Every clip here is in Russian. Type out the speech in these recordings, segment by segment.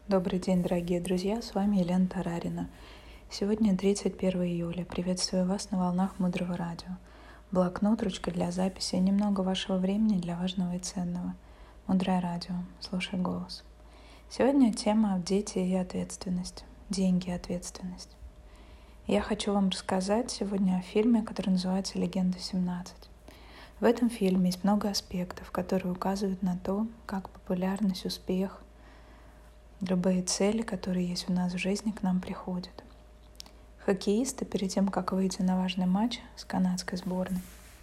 Добрый день, дорогие друзья, с вами Елена Тарарина. Сегодня 31 июля. Приветствую вас на волнах Мудрого Радио. Блокнот, ручка для записи и немного вашего времени для важного и ценного. Мудрое Радио. Слушай голос. Сегодня тема «Дети и ответственность». Деньги и ответственность. Я хочу вам рассказать сегодня о фильме, который называется «Легенда 17». В этом фильме есть много аспектов, которые указывают на то, как популярность, успех, любые цели, которые есть у нас в жизни, к нам приходят. Хоккеисты перед тем, как выйти на важный матч с канадской сборной,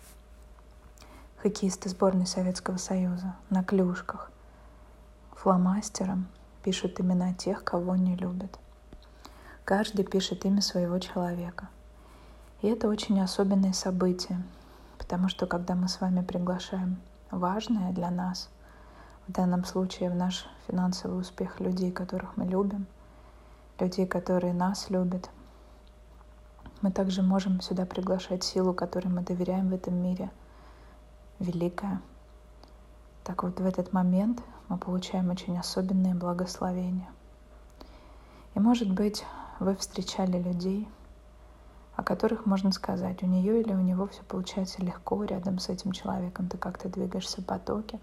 хоккеисты сборной Советского Союза на клюшках фломастером пишут имена тех, кого они любят. Каждый пишет имя своего человека. И это очень особенное событие, потому что когда мы с вами приглашаем важное для нас, в данном случае в наш финансовый успех людей, которых мы любим, людей, которые нас любят, мы также можем сюда приглашать силу, которой мы доверяем в этом мире, великая. Так вот, в этот момент мы получаем очень особенные благословения. И, может быть, вы встречали людей, о которых можно сказать, у нее или у него все получается легко, рядом с этим человеком ты как-то двигаешься в потоке.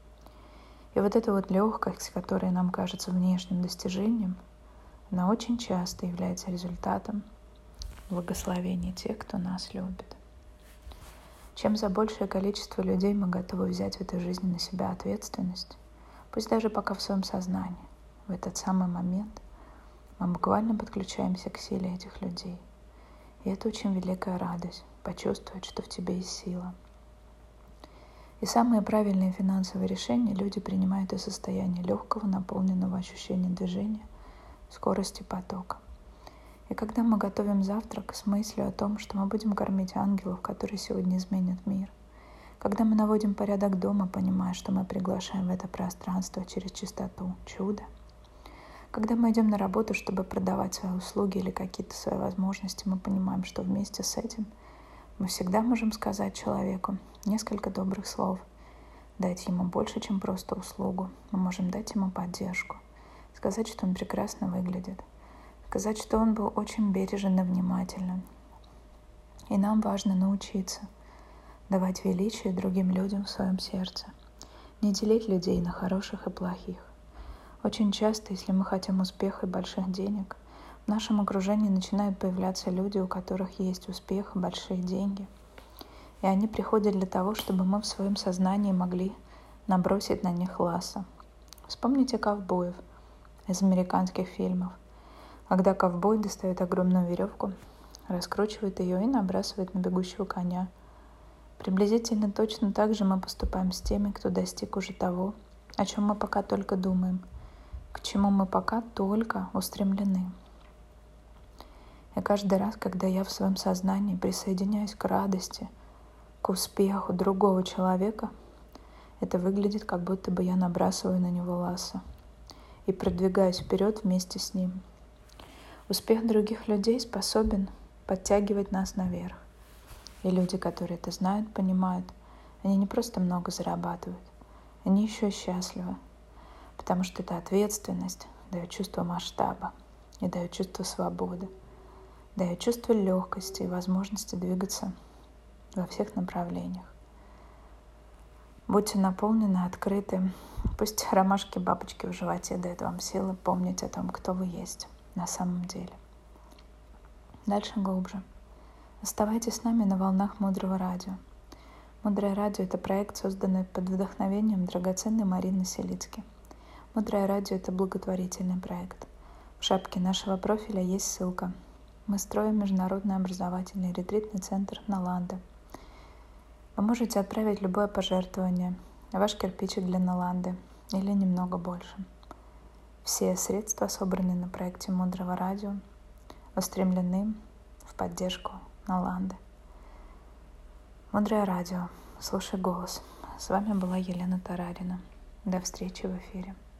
И вот эта вот легкость, которая нам кажется внешним достижением, она очень часто является результатом благословения тех, кто нас любит. Чем за большее количество людей мы готовы взять в этой жизни на себя ответственность, пусть даже пока в своем сознании, в этот самый момент мы буквально подключаемся к силе этих людей. И это очень великая радость — почувствовать, что в тебе есть сила. И самые правильные финансовые решения люди принимают из состояния легкого, наполненного ощущения движения, скорости потока. И когда мы готовим завтрак с мыслью о том, что мы будем кормить ангелов, которые сегодня изменят мир, когда мы наводим порядок дома, понимая, что мы приглашаем в это пространство через чистоту чудо, когда мы идем на работу, чтобы продавать свои услуги или какие-то свои возможности, мы понимаем, что вместе с этим мы всегда можем сказать человеку несколько добрых слов, дать ему больше, чем просто услугу. Мы можем дать ему поддержку, сказать, что он прекрасно выглядит, сказать, что он был очень бережен и внимателен. И нам важно научиться давать величие другим людям в своем сердце, не делить людей на хороших и плохих. Очень часто, если мы хотим успеха и больших денег, в нашем окружении начинают появляться люди, у которых есть успех и большие деньги. И они приходят для того, чтобы мы в своем сознании могли набросить на них лассо. Вспомните ковбоев из американских фильмов, когда ковбой достает огромную веревку, раскручивает ее и набрасывает на бегущего коня. Приблизительно точно так же мы поступаем с теми, кто достиг уже того, о чем мы пока только думаем, к чему мы пока только устремлены. И каждый раз, когда я в своем сознании присоединяюсь к радости, к успеху другого человека, это выглядит, как будто бы я набрасываю на него лассо и продвигаюсь вперед вместе с ним. Успех других людей способен подтягивать нас наверх. И люди, которые это знают, понимают, они не просто много зарабатывают, они еще и счастливы, потому что эта ответственность дает чувство масштаба и дает чувство свободы, дает чувство легкости и возможности двигаться во всех направлениях. Будьте наполнены, открыты. Пусть ромашки, бабочки в животе дают вам силы помнить о том, кто вы есть на самом деле. Дальше глубже. Оставайтесь с нами на волнах Мудрого Радио. Мудрое Радио — это проект, созданный под вдохновением драгоценной Марины Селицки. Мудрое Радио — это благотворительный проект. В шапке нашего профиля есть ссылка. Мы строим международный образовательный ретритный центр Наланды. Вы можете отправить любое пожертвование, ваш кирпичик для Наланды или немного больше. Все средства, собранные на проекте Мудрого Радио, устремлены в поддержку Наланды. Мудрое Радио. Слушай голос. С вами была Елена Тарарина. До встречи в эфире.